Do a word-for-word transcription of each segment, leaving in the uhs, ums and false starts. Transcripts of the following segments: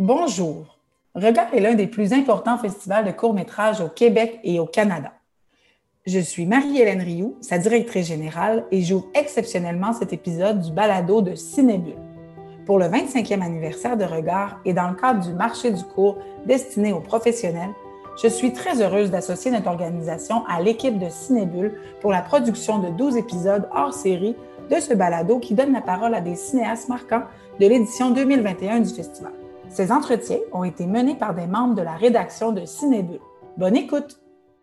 Bonjour. Regard est l'un des plus importants festivals de courts-métrages au Québec et au Canada. Je suis Marie-Hélène Rioux, sa directrice générale, et j'ouvre exceptionnellement cet épisode du balado de Cinébule. Pour le vingt-cinquième anniversaire de Regard et dans le cadre du marché du court destiné aux professionnels, je suis très heureuse d'associer notre organisation à l'équipe de Cinébule pour la production de douze épisodes hors série de ce balado qui donne la parole à des cinéastes marquants de l'édition deux mille vingt et un du festival. Ces entretiens ont été menés par des membres de la rédaction de Cinébule. Bonne écoute!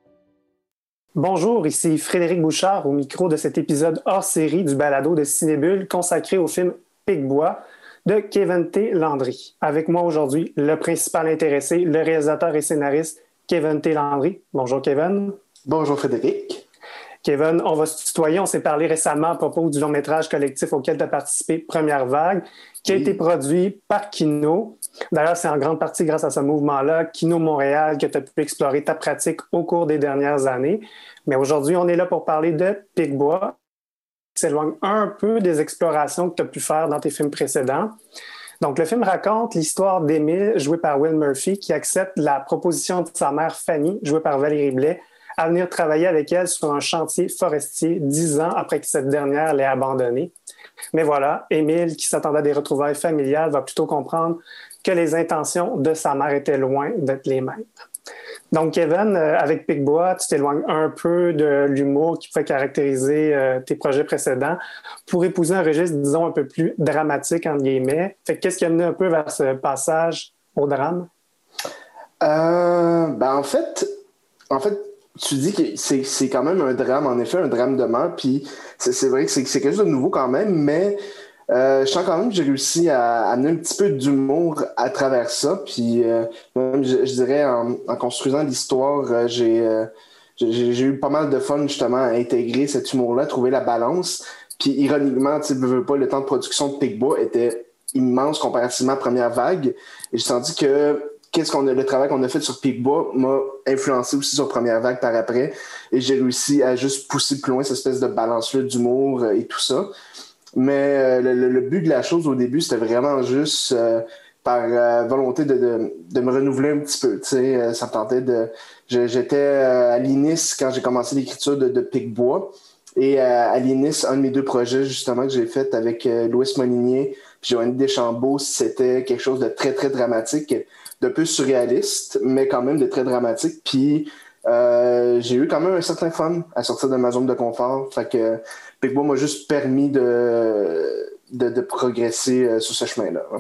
Bonjour, ici Frédéric Bouchard au micro de cet épisode hors série du balado de Cinébule consacré au film Pic-Bois de Kevin T. Landry. Avec moi aujourd'hui, le principal intéressé, le réalisateur et scénariste Kevin T. Landry. Bonjour Kevin. Bonjour Frédéric. Kevin, on va se tutoyer. On s'est parlé récemment à propos du long-métrage collectif auquel tu as participé, Première Vague, qui a oui. été produit par Kino. D'ailleurs, c'est en grande partie grâce à ce mouvement-là, Kino Montréal, que tu as pu explorer ta pratique au cours des dernières années. Mais aujourd'hui, on est là pour parler de Pic-Bois, qui s'éloigne un peu des explorations que tu as pu faire dans tes films précédents. Donc, le film raconte l'histoire d'Émile, joué par Will Murphy, qui accepte la proposition de sa mère Fanny, jouée par Valérie Blais, à venir travailler avec elle sur un chantier forestier dix ans après que cette dernière l'ait abandonné. Mais voilà, Émile, qui s'attendait à des retrouvailles familiales, va plutôt comprendre que les intentions de sa mère étaient loin d'être les mêmes. Donc, Kevin, euh, avec Pic-Bois, tu t'éloignes un peu de l'humour qui pouvait caractériser euh, tes projets précédents pour épouser un registre, disons, un peu plus dramatique, entre guillemets. Fait que qu'est-ce qui a mené un peu vers ce passage au drame? Euh, ben en fait, en fait, tu dis que c'est, c'est quand même un drame, en effet, un drame de mort, puis c'est, c'est vrai que c'est, c'est quelque chose de nouveau quand même, mais euh, je sens quand même que j'ai réussi à amener un petit peu d'humour à travers ça, puis euh, même, je, je dirais, en, en construisant l'histoire, euh, j'ai, euh, j'ai, j'ai eu pas mal de fun, justement, à intégrer cet humour-là, trouver la balance, puis ironiquement, tu sais, veux, veux pas, le temps de production de Pic-Bois était immense comparativement à Première Vague, et j'ai senti que Qu'est-ce qu'on a, le travail qu'on a fait sur Pic-Bois m'a influencé aussi sur Première Vague par après. Et j'ai réussi à juste pousser plus loin cette espèce de balance-là d'humour et tout ça. Mais euh, le, le but de la chose au début, c'était vraiment juste euh, par euh, volonté de, de, de me renouveler un petit peu. Tu sais, euh, ça me tentait de... Je, j'étais euh, à l'I N I S quand j'ai commencé l'écriture de, de Pic-Bois. Et euh, à l'I N I S, un de mes deux projets justement que j'ai fait avec euh, Louis Monigné et Joanny Deschambault, c'était quelque chose de très, très dramatique, de peu surréaliste, mais quand même de très dramatique. Puis euh, j'ai eu quand même un certain fun à sortir de ma zone de confort. Fait que Pic-Bois m'a juste permis de, de, de progresser euh, sur ce chemin-là. Hein.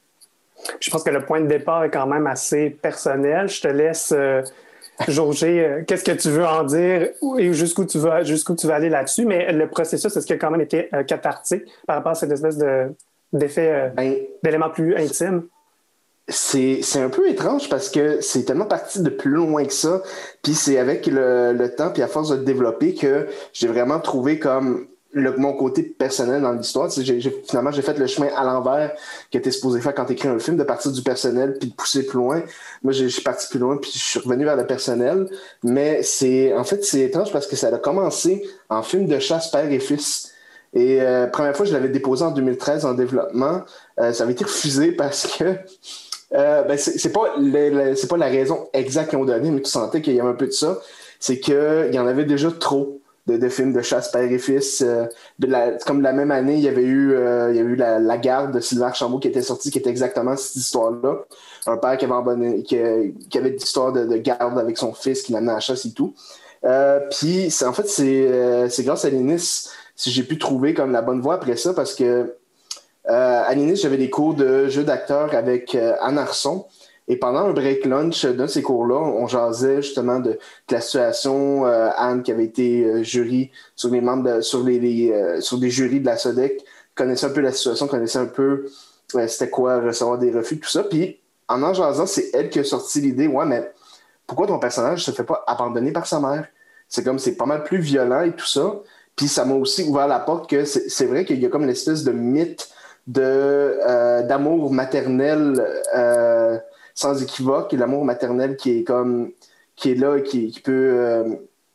Je pense que le point de départ est quand même assez personnel. Je te laisse euh, jauger euh, qu'est-ce que tu veux en dire et jusqu'où tu veux, jusqu'où tu veux aller là-dessus. Mais le processus, est-ce qu'il a quand même été euh, cathartique par rapport à cette espèce de, d'effet, euh, ben, d'éléments plus intimes? C'est, c'est un peu étrange parce que c'est tellement parti de plus loin que ça. Puis c'est avec le, le temps, puis à force de le développer, que j'ai vraiment trouvé comme le, mon côté personnel dans l'histoire. Tu sais, j'ai, j'ai, finalement, j'ai fait le chemin à l'envers que t'es supposé faire quand t'écris un film, de partir du personnel puis de pousser plus loin. Moi, j'ai, je suis parti plus loin puis je suis revenu vers le personnel. Mais c'est, en fait, c'est étrange parce que ça a commencé en film de chasse père et fils. Et euh, première fois, je l'avais déposé en deux mille treize en développement. Euh, ça avait été refusé parce que Euh, ben c'est, c'est pas le, le, c'est pas la raison exacte qu'ils ont donnée, mais tu sentais qu'il y avait un peu de ça. C'est qu'il y en avait déjà trop de, de films de chasse père et fils. Euh, de la, comme la même année, il y avait eu, euh, il y a eu la, la Garde de Sylvain Archambault qui était sortie, qui était exactement cette histoire-là. Un père qui avait, abonné, qui, qui avait l'histoire de, de garde avec son fils, qui l'amenait à la chasse et tout. Euh, Puis, en fait, c'est, euh, c'est grâce à l'I N I S si j'ai pu trouver comme la bonne voie après ça, parce que Euh, à l'I N I S, j'avais des cours de jeu d'acteur avec euh, Anne Arson. Et pendant un break lunch d'un de ces cours-là, on jasait justement de, de la situation. Euh, Anne, qui avait été euh, jury sur les membres de, sur les, les euh, sur des jurys de la SODEC, connaissait un peu la situation, connaissait un peu euh, c'était quoi recevoir des refus, tout ça. Puis en en jasant, c'est elle qui a sorti l'idée. Ouais, mais pourquoi ton personnage se fait pas abandonner par sa mère? C'est comme c'est pas mal plus violent et tout ça. Puis ça m'a aussi ouvert la porte que c'est, c'est vrai qu'il y a comme l'espèce de mythe de euh, d'amour maternel euh, sans équivoque, et l'amour maternel qui est comme qui est là, qui, qui peut euh,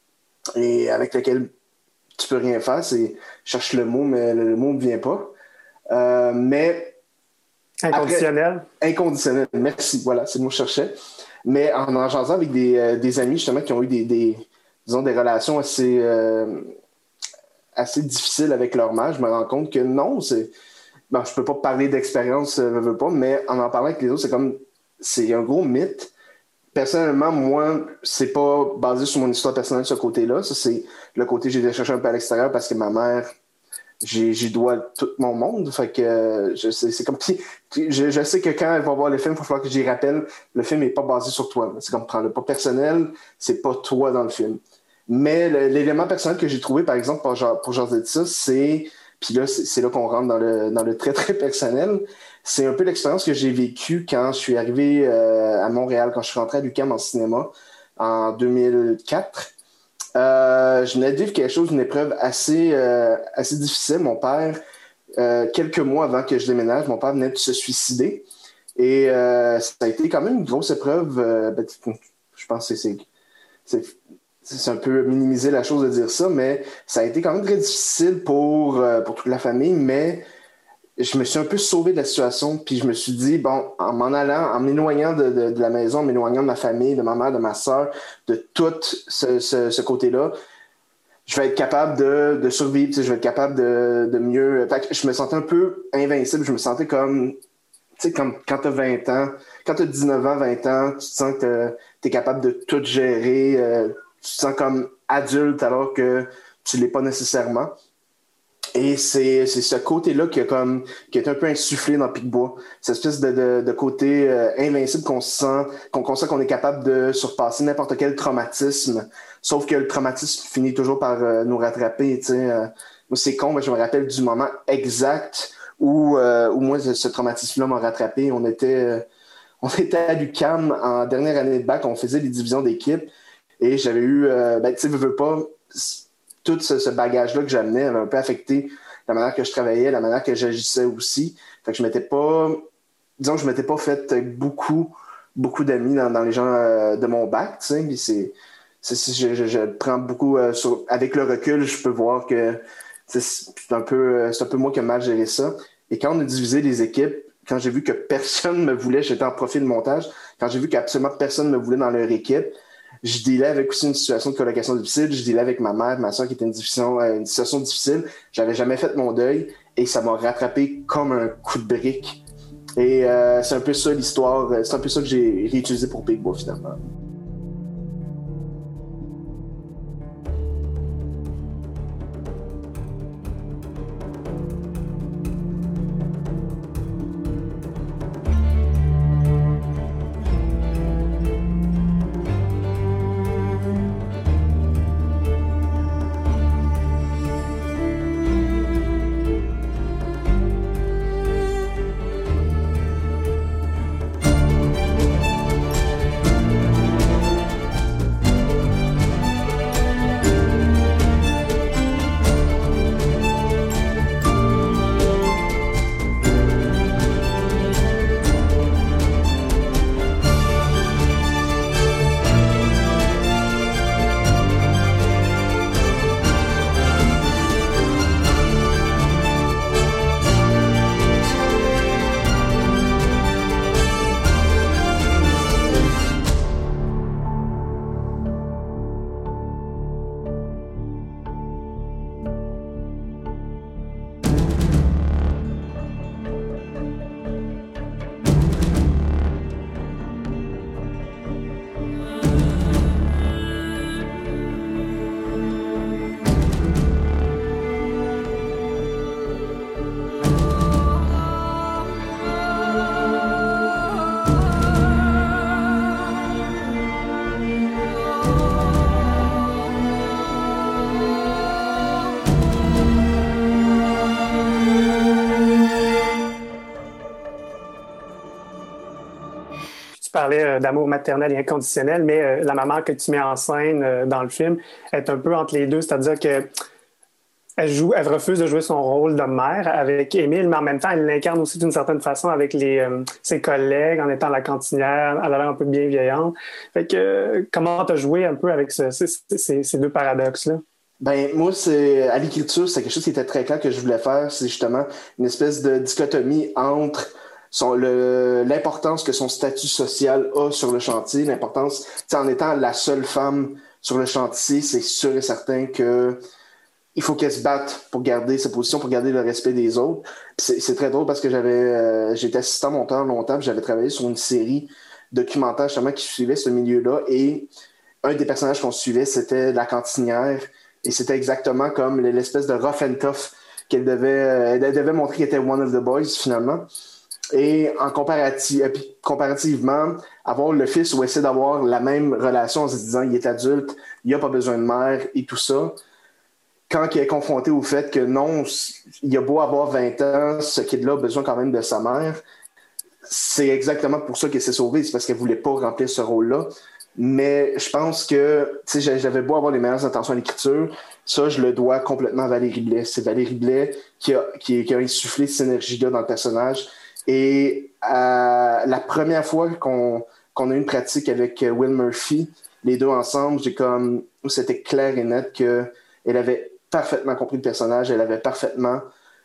et avec lequel tu peux rien faire. C'est, je cherche le mot, mais le, le mot ne vient pas. Euh, mais Inconditionnel. Après, inconditionnel, merci, voilà, c'est le mot que je cherchais. Mais en en jasant avec des, euh, des amis, justement, qui ont eu des, des disons, des relations assez, euh, assez difficiles avec leur mère, je me rends compte que non, c'est... Bon, je peux pas parler d'expérience, euh, veux, veux pas, mais en en parlant avec les autres, c'est comme... C'est un gros mythe. Personnellement, moi, c'est pas basé sur mon histoire personnelle, ce côté-là. Ça, c'est le côté que j'ai été chercher un peu à l'extérieur parce que ma mère... J'y, j'y dois tout mon monde. Fait que euh, je sais, c'est comme si je, je sais que quand elle va voir le film, il va falloir que j'y rappelle, le film n'est pas basé sur toi. C'est comme prendre le pas personnel, c'est pas toi dans le film. Mais le, l'élément personnel que j'ai trouvé, par exemple, pour, pour jaser de ça, c'est. Puis là, c'est, c'est là qu'on rentre dans le, dans le très, très personnel. C'est un peu l'expérience que j'ai vécue quand je suis arrivé euh, à Montréal, quand je suis rentré à l'U Q A M en cinéma en deux mille quatre. Euh, je venais de vivre quelque chose, une épreuve assez, euh, assez difficile. Mon père, euh, quelques mois avant que je déménage, mon père venait de se suicider. Et euh, ça a été quand même une grosse épreuve. Euh, ben, je pense que c'est, c'est, c'est un peu minimiser la chose de dire ça, mais ça a été quand même très difficile pour, euh, pour toute la famille. Mais je me suis un peu sauvé de la situation, puis je me suis dit, bon, en m'en allant, en m'éloignant de, de, de la maison, en m'éloignant de ma famille, de ma mère, de ma soeur, de tout ce, ce, ce côté-là, je vais être capable de, de survivre, tu sais, je vais être capable de, de mieux... Fait que je me sentais un peu invincible, je me sentais comme, tu sais, comme quand t'as vingt ans, quand t'as dix-neuf ans, vingt ans, tu te sens que t'es capable de tout gérer, euh, tu te sens comme adulte alors que tu l'es pas nécessairement. Et c'est, c'est ce côté-là qui, a comme, qui est un peu insufflé dans Pic-Bois. Cette espèce de, de, de côté euh, invincible qu'on se sent, qu'on, qu'on sent qu'on est capable de surpasser n'importe quel traumatisme. Sauf que le traumatisme finit toujours par euh, nous rattraper. Euh. Moi, c'est con, mais je me rappelle du moment exact où, euh, où moi, ce traumatisme-là m'a rattrapé. On était, euh, on était à l'U Q A M en dernière année de bac. On faisait les divisions d'équipe. Et j'avais eu, euh, ben, tu sais, veux, veux pas... tout ce, ce bagage-là que j'amenais avait un peu affecté la manière que je travaillais, la manière que j'agissais aussi. Fait que je m'étais pas... Disons que je m'étais pas fait beaucoup, beaucoup d'amis dans, dans les gens euh, de mon bac, tu sais. Puis c'est... c'est, c'est je, je, je prends beaucoup... Euh, sur, avec le recul, je peux voir que c'est, c'est, un peu, c'est un peu moi qui ai mal géré ça. Et quand on a divisé les équipes, quand j'ai vu que personne me voulait, j'étais en profil de montage, quand j'ai vu qu'absolument personne me voulait dans leur équipe, je dealais avec aussi une situation de colocation difficile. Je dealais avec ma mère, ma soeur qui était une, difficile, une situation difficile. J'avais jamais fait mon deuil et ça m'a rattrapé comme un coup de brique. Et euh, c'est un peu ça l'histoire. C'est un peu ça que j'ai réutilisé pour Pic-Bois finalement. Tu parlais d'amour maternel et inconditionnel, mais euh, la maman que tu mets en scène euh, dans le film est un peu entre les deux, c'est-à-dire que elle, joue, elle refuse de jouer son rôle de mère avec Émile, mais en même temps, elle l'incarne aussi d'une certaine façon avec les, euh, ses collègues, en étant la cantinière, elle a l'air un peu bien vieillante. Fait que, euh, comment tu as joué un peu avec ce, ces, ces, ces deux paradoxes-là? Ben, moi, c'est, à l'écriture, c'est quelque chose qui était très clair que je voulais faire. C'est justement une espèce de dichotomie entre son, le, l'importance que son statut social a sur le chantier, l'importance, en étant la seule femme sur le chantier, c'est sûr et certain que il faut qu'elle se batte pour garder sa position, pour garder le respect des autres. C'est, c'est très drôle parce que j'avais euh, j'étais assistant monteur longtemps, puis j'avais travaillé sur une série documentaire justement qui suivait ce milieu-là, et un des personnages qu'on suivait, c'était la cantinière, et c'était exactement comme l'espèce de rough and tough qu'elle devait, elle devait montrer qu'elle était one of the boys finalement. Et en comparatif, comparativement, avoir le fils ou essayer d'avoir la même relation en se disant il est adulte, il n'a pas besoin de mère et tout ça, quand il est confronté au fait que non, il a beau avoir vingt ans, ce kid-là a besoin quand même de sa mère, c'est exactement pour ça qu'elle s'est sauvée, c'est parce qu'elle ne voulait pas remplir ce rôle-là. Mais je pense que, tu sais, j'avais beau avoir les meilleures intentions à l'écriture, ça, je le dois complètement à Valérie Blais. C'est Valérie Blais qui a, qui, qui a insufflé cette énergie-là dans le personnage. Et euh, la première fois qu'on, qu'on a eu une pratique avec Will Murphy, les deux ensemble, j'ai comme, c'était clair et net qu'elle avait parfaitement compris le personnage, elle avait parfaitement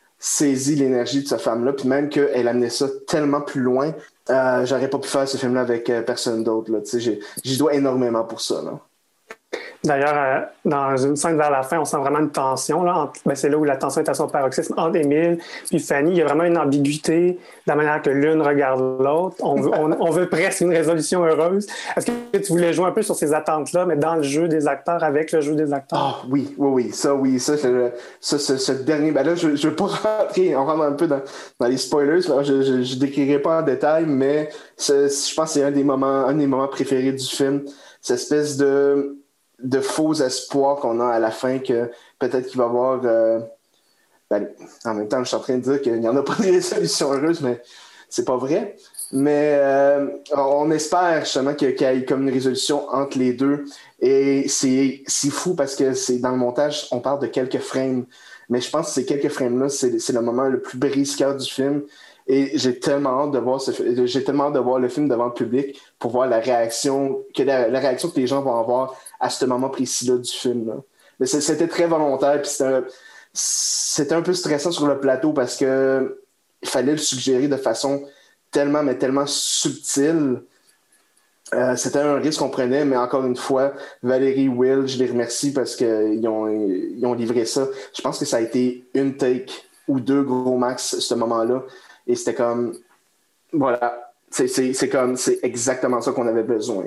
saisi l'énergie de cette femme-là, puis même qu'elle amenait ça tellement plus loin, euh, j'aurais pas pu faire ce film-là avec euh, personne d'autre. Là, j'y, j'y dois énormément pour ça. Là. D'ailleurs, euh, dans une scène vers la fin, on sent vraiment une tension. Là, entre, ben c'est là où la tension est à son paroxysme entre Émile et Fanny. Il y a vraiment une ambiguïté de la manière que l'une regarde l'autre. On veut, on, on veut presque une résolution heureuse. Est-ce que tu voulais jouer un peu sur ces attentes-là, mais dans le jeu des acteurs, avec le jeu des acteurs? Ah oh, oui, oui, oui. Ça, oui. Ça, c'est ça, ce, ce dernier... Ben là, je ne veux pas rentrer... On rentre un peu dans, dans les spoilers. Alors je ne décrirai pas en détail, mais je pense que c'est un des moments, un des moments préférés du film. Cette espèce de... de faux espoirs qu'on a à la fin que peut-être qu'il va y avoir... Euh, ben, en même temps, je suis en train de dire qu'il n'y en a pas de résolution heureuse, mais c'est pas vrai. Mais euh, on espère justement qu'il y ait comme une résolution entre les deux. Et c'est, c'est fou parce que c'est dans le montage, on parle de quelques frames. Mais je pense que ces quelques frames-là, c'est, c'est le moment le plus brise-cœur du film. Et j'ai tellement hâte de voir ce, j'ai tellement hâte de voir le film devant le public pour voir la réaction que la, la réaction que les gens vont avoir à ce moment précis-là du film. Là. Mais c'était très volontaire, puis c'était un, c'était un peu stressant sur le plateau parce que il fallait le suggérer de façon tellement, mais tellement subtile. Euh, c'était un risque qu'on prenait, mais encore une fois, Valérie, Will, je les remercie parce qu'ils ont, ils ont livré ça. Je pense que ça a été une take ou deux gros max, ce moment-là. Et c'était comme, voilà, c'est, c'est, c'est comme, c'est exactement ça qu'on avait besoin.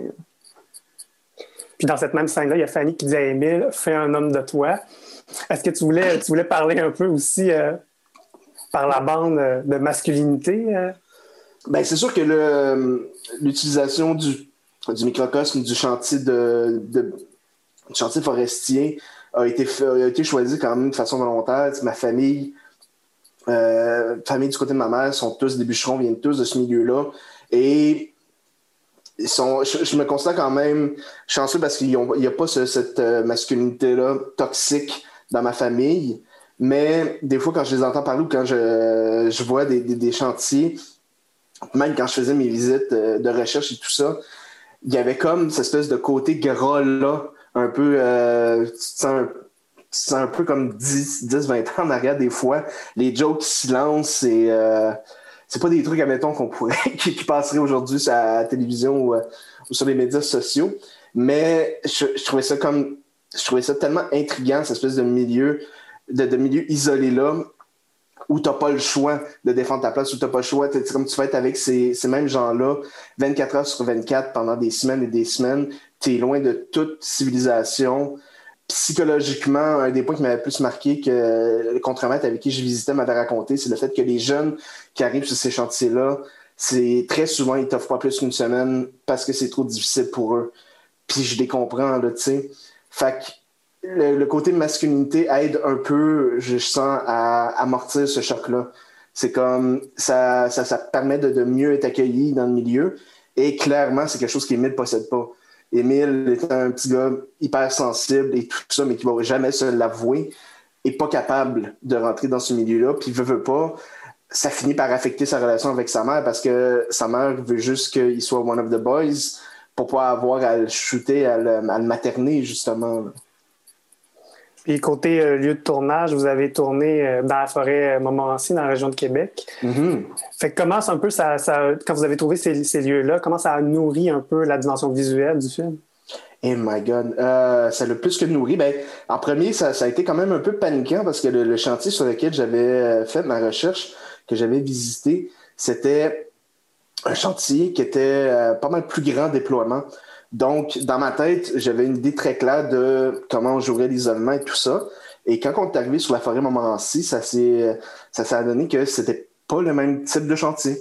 Puis dans cette même scène-là, il y a Fanny qui dit à Émile, fais un homme de toi. Est-ce que tu voulais, tu voulais parler un peu aussi euh, par la bande euh, de masculinité? Euh? Ben, c'est sûr que le, l'utilisation du, du microcosme du chantier de, de du chantier forestier a été, a été choisi quand même de façon volontaire. Ma famille, euh, famille du côté de ma mère, sont tous des bûcherons, viennent tous de ce milieu-là. Et ils sont, je, je me considère quand même chanceux parce qu'il n'y a pas ce, cette masculinité-là toxique dans ma famille. Mais des fois, quand je les entends parler ou quand je, je vois des, des, des chantiers, même quand je faisais mes visites de recherche et tout ça, il y avait comme cette espèce de côté gras-là, un peu, euh, tu te sens un, tu te sens un peu comme dix, vingt ans en arrière des fois. Les jokes qui se lancent, c'est, euh, c'est pas des trucs, admettons, qu'on pourrait, qui, qui passeraient aujourd'hui sur la télévision ou, ou sur les médias sociaux. Mais je, je trouvais ça comme, je trouvais ça tellement intriguant, cette espèce de milieu, de, de milieu isolé-là, où tu n'as pas le choix de défendre ta place, où tu n'as pas le choix, t'es, comme tu vas être avec ces, ces mêmes gens-là, vingt-quatre heures sur vingt-quatre, pendant des semaines et des semaines, tu es loin de toute civilisation. Psychologiquement, un des points qui m'avait plus marqué que le contremaître avec qui je visitais m'avait raconté, c'est le fait que les jeunes qui arrivent sur ces chantiers-là, c'est très souvent, ils t'offrent pas plus qu'une semaine parce que c'est trop difficile pour eux. Puis je les comprends, là, tu sais. Fait que Le, le côté masculinité aide un peu, je sens, à amortir ce choc-là. C'est comme, ça, ça, ça permet de, de mieux être accueilli dans le milieu. Et clairement, c'est quelque chose qu'Émile ne possède pas. Émile est un petit gars hyper sensible et tout ça, mais qui ne va jamais se l'avouer, et pas capable de rentrer dans ce milieu-là. Puis, veut, veut pas, ça finit par affecter sa relation avec sa mère parce que sa mère veut juste qu'il soit one of the boys pour pas avoir à le shooter, à le, à le materner, justement. Puis côté euh, lieu de tournage, vous avez tourné euh, dans la forêt euh, Montmorency, dans la région de Québec. Mm-hmm. Fait que comment un peu ça, ça quand vous avez trouvé ces, ces lieux-là, comment ça a nourri un peu la dimension visuelle du film? Oh my God. Euh, ça l'a plus que nourri. Ben, en premier, ça, ça a été quand même un peu paniquant parce que le, le chantier sur lequel j'avais fait ma recherche, que j'avais visité, c'était un chantier qui était euh, pas mal plus grand déploiement. Donc, dans ma tête, j'avais une idée très claire de comment on jouerait l'isolement et tout ça. Et quand on est arrivé sur la forêt Montmorency, ça s'est, ça s'est donné que c'était pas le même type de chantier.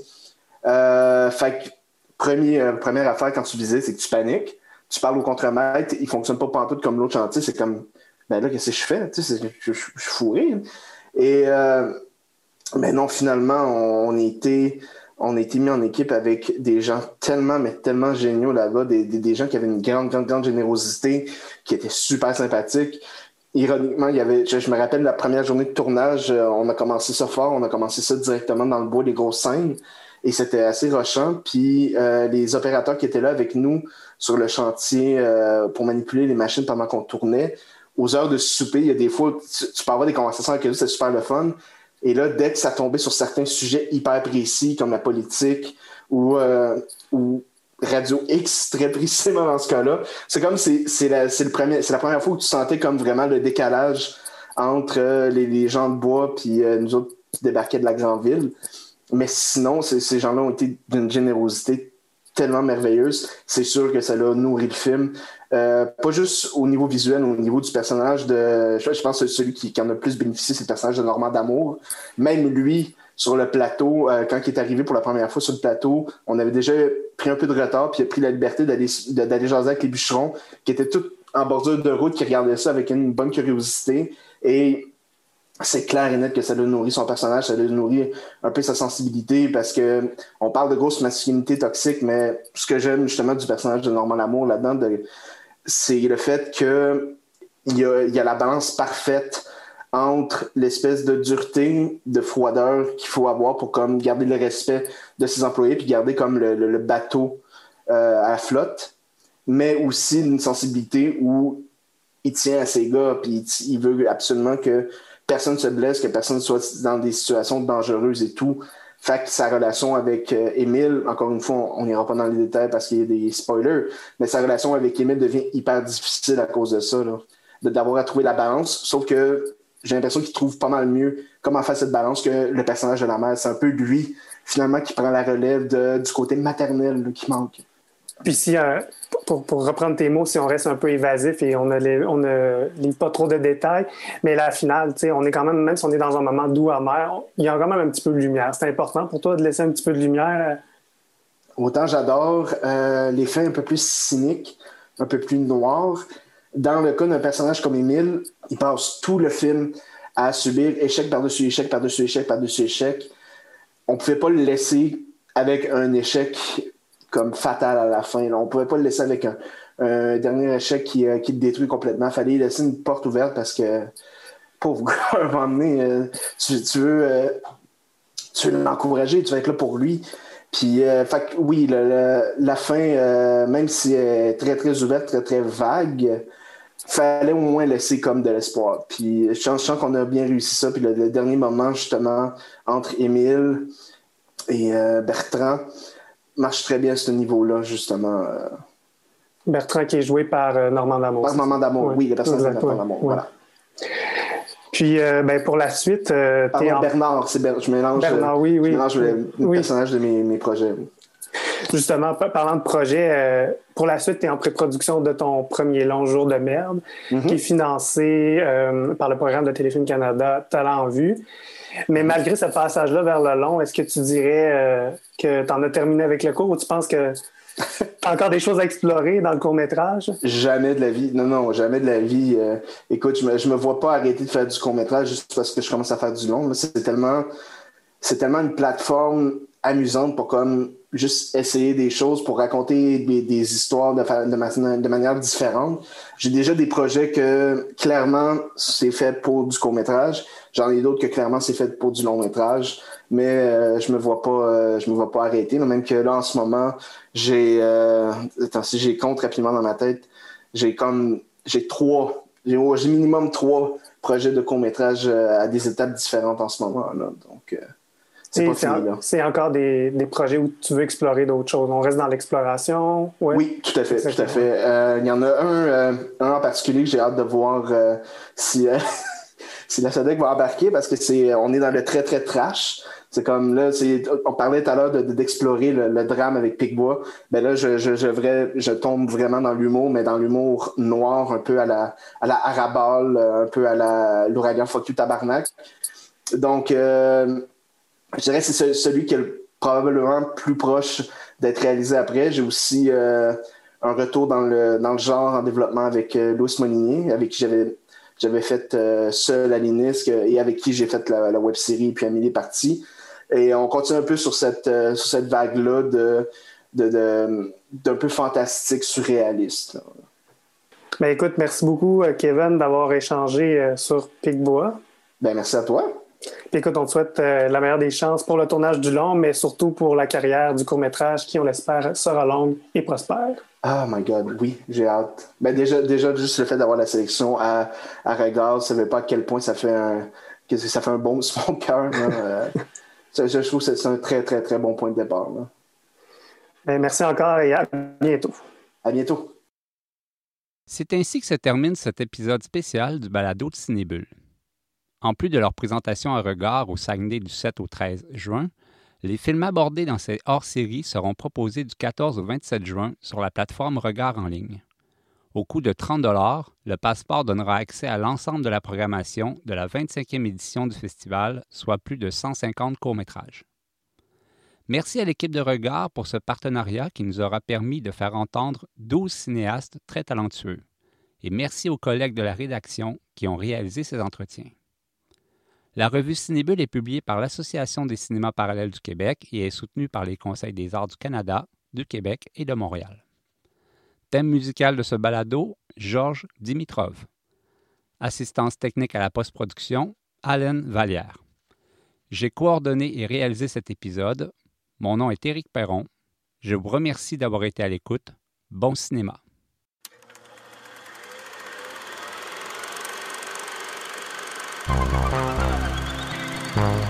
Euh, fait que, premier, euh, première affaire quand tu visites, c'est que tu paniques. Tu parles au contremaître, il fonctionne pas pantoute comme l'autre chantier. C'est comme, ben là, qu'est-ce que je fais? Tu sais, je, je, je suis fourré. Et, euh, ben non, finalement, on, on était... On a été mis en équipe avec des gens tellement, mais tellement géniaux là-bas, des, des, des gens qui avaient une grande, grande, grande générosité, qui étaient super sympathiques. Ironiquement, il y avait, je, je me rappelle la première journée de tournage, on a commencé ça fort, on a commencé ça directement dans le bois, les grosses scènes, et c'était assez rushant. Puis euh, les opérateurs qui étaient là avec nous sur le chantier euh, pour manipuler les machines pendant qu'on tournait, aux heures de souper, il y a des fois, tu, tu peux avoir des conversations avec eux, c'est super le fun. Et là, dès que ça tombait sur certains sujets hyper précis, comme la politique ou, euh, ou Radio X, très précisément dans ce cas-là, c'est comme c'est, c'est, la, c'est, le premier, c'est la première fois où tu sentais comme vraiment le décalage entre euh, les, les gens de bois puis euh, nous autres qui débarquaient de la grande ville. Mais sinon, c'est, ces gens-là ont été d'une générosité tellement merveilleuse. C'est sûr que ça a nourri le film. Euh, pas juste au niveau visuel, au niveau du personnage de... Je pense que celui qui, qui en a le plus bénéficié, c'est le personnage de Normand D'Amour. Même lui, sur le plateau, euh, quand il est arrivé pour la première fois sur le plateau, on avait déjà pris un peu de retard, puis il a pris la liberté d'aller, d'aller jaser avec les bûcherons, qui étaient tous en bordure de route, qui regardaient ça avec une bonne curiosité. Et c'est clair et net que ça a nourri son personnage, ça a nourri un peu sa sensibilité, parce que on parle de grosse masculinité toxique, mais ce que j'aime justement du personnage de Normand D'Amour là-dedans, de, c'est le fait que il y a, il y a la balance parfaite entre l'espèce de dureté, de froideur qu'il faut avoir pour comme garder le respect de ses employés, puis garder comme le, le, le bateau euh, à flotte, mais aussi une sensibilité où il tient à ses gars, puis il, il veut absolument que personne se blesse, que personne soit dans des situations dangereuses et tout. Fait que sa relation avec euh, Émile, encore une fois, on n'ira pas dans les détails parce qu'il y a des spoilers, mais sa relation avec Émile devient hyper difficile à cause de ça, là, de, d'avoir à trouver la balance. Sauf que j'ai l'impression qu'il trouve pas mal mieux comment faire cette balance que le personnage de la mère. C'est un peu lui, finalement, qui prend la relève de, du côté maternel là, qui manque. Puis si, euh, pour, pour reprendre tes mots, si on reste un peu évasif et on ne on ne lit pas trop de détails, mais la finale, tu sais, on est quand même, même si on est dans un moment doux, amer, il y a quand même un petit peu de lumière. C'est important pour toi de laisser un petit peu de lumière? Autant j'adore euh, les fins un peu plus cyniques, un peu plus noirs. Dans le cas d'un personnage comme Émile, il passe tout le film à subir échec par-dessus échec, par-dessus échec, par-dessus échec. On ne pouvait pas le laisser avec un échec comme fatal à la fin. Là. On ne pouvait pas le laisser avec un, un dernier échec qui, euh, qui le détruit complètement. Il fallait laisser une porte ouverte parce que, pauvre gars, à un moment donné, euh, tu, tu veux, euh, tu veux l'encourager, tu vas être là pour lui. Puis, euh, fait que, oui, le, le, la fin, euh, même si elle est très, très ouverte, très, très vague, fallait au moins laisser comme de l'espoir. Puis, je sens, je sens qu'on a bien réussi ça. Puis, le, le dernier moment, justement, entre Émile et euh, Bertrand, marche très bien à ce niveau-là, justement. Bertrand qui est joué par euh, Normand D'Amour. Par Normand D'Amour, oui, oui le personnage de Normand ouais. D'Amour, ouais. voilà. Puis, euh, ben, pour la suite... Euh, Pardon, en... Bernard, c'est Ber... je mélange, Bernard, oui, oui. Je mélange oui. le, le oui. personnage de mes, mes projets. Justement, parlant de projet, euh, pour la suite, tu es en pré-production de ton premier long Jour de merde, mm-hmm. qui est financé euh, par le programme de Téléfilm Canada Talent en vue. Mais malgré ce passage-là vers le long, est-ce que tu dirais euh, que tu en as terminé avec le cours ou tu penses que tu as encore des choses à explorer dans le court-métrage? Jamais de la vie. Non, non, jamais de la vie. Euh, écoute, je me, je me vois pas arrêter de faire du court-métrage juste parce que je commence à faire du long. Là. C'est tellement, c'est tellement une plateforme amusante pour comme juste essayer des choses, pour raconter des, des histoires de, de, ma, de manière différente. J'ai déjà des projets que clairement c'est fait pour du court-métrage. J'en ai d'autres que clairement c'est fait pour du long-métrage. Mais euh, je me vois pas euh, je me vois pas arrêter. Même que là, en ce moment, j'ai euh, attends, si j'ai compte rapidement dans ma tête, j'ai comme j'ai trois j'ai, j'ai minimum trois projets de court-métrage euh, à des étapes différentes en ce moment. Là. Donc, euh, c'est Et pas c'est, fini, en, là. c'est encore des, des projets où tu veux explorer d'autres choses. On reste dans l'exploration. Ouais. Oui, tout à fait, Exactement. tout à fait. Euh, il y en a un, euh, un en particulier que j'ai hâte de voir euh, si, euh, si la SODEC va embarquer parce que c'est, on est dans le très, très trash. C'est comme là, c'est, on parlait tout à l'heure de, de, d'explorer le, le drame avec Picbois. Ben là, je, je, je, vrai, je tombe vraiment dans l'humour, mais dans l'humour noir, un peu à la, à la Arabal, un peu à la l'ouragan Fuck you Tabarnak. Donc, euh, je dirais que c'est celui qui est probablement plus proche d'être réalisé après. J'ai aussi euh, un retour dans le, dans le genre en développement avec euh, Louis Monigny, avec qui j'avais, j'avais fait euh, Seul à l'Inisque et avec qui j'ai fait la, la web-série puis Amélie est partie. Et on continue un peu sur cette, euh, sur cette vague-là de, de, de, d'un peu fantastique, surréaliste. Là. Ben écoute, merci beaucoup, Kevin, d'avoir échangé euh, sur Picbois. Ben merci à toi. Puis écoute, on te souhaite euh, la meilleure des chances pour le tournage du long, mais surtout pour la carrière du court-métrage qui, on l'espère, sera longue et prospère. Oh my God, oui, j'ai hâte. Ben déjà, déjà juste le fait d'avoir la sélection à, à regard, ça ne savais pas à quel point ça fait un, que ça fait un baume sur mon cœur. euh, je, je trouve que c'est un très, très, très bon point de départ. Là. Ben, merci encore et à bientôt. À bientôt. C'est ainsi que se termine cet épisode spécial du balado de Cinébule. En plus de leur présentation à regard au Saguenay du sept au treize juin, les films abordés dans ces hors-séries seront proposés du quatorze au vingt-sept juin sur la plateforme Regard en ligne. Au coût de trente dollars, le passeport donnera accès à l'ensemble de la programmation de la vingt-cinquième édition du festival, soit plus de cent cinquante courts-métrages. Merci à l'équipe de Regard pour ce partenariat qui nous aura permis de faire entendre douze cinéastes très talentueux. Et merci aux collègues de la rédaction qui ont réalisé ces entretiens. La revue Cinébule est publiée par l'Association des cinémas parallèles du Québec et est soutenue par les Conseils des arts du Canada, du Québec et de Montréal. Thème musical de ce balado, Georges Dimitrov. Assistance technique à la post-production, Allen Vallière. J'ai coordonné et réalisé cet épisode. Mon nom est Éric Perron. Je vous remercie d'avoir été à l'écoute. Bon cinéma. Thank you.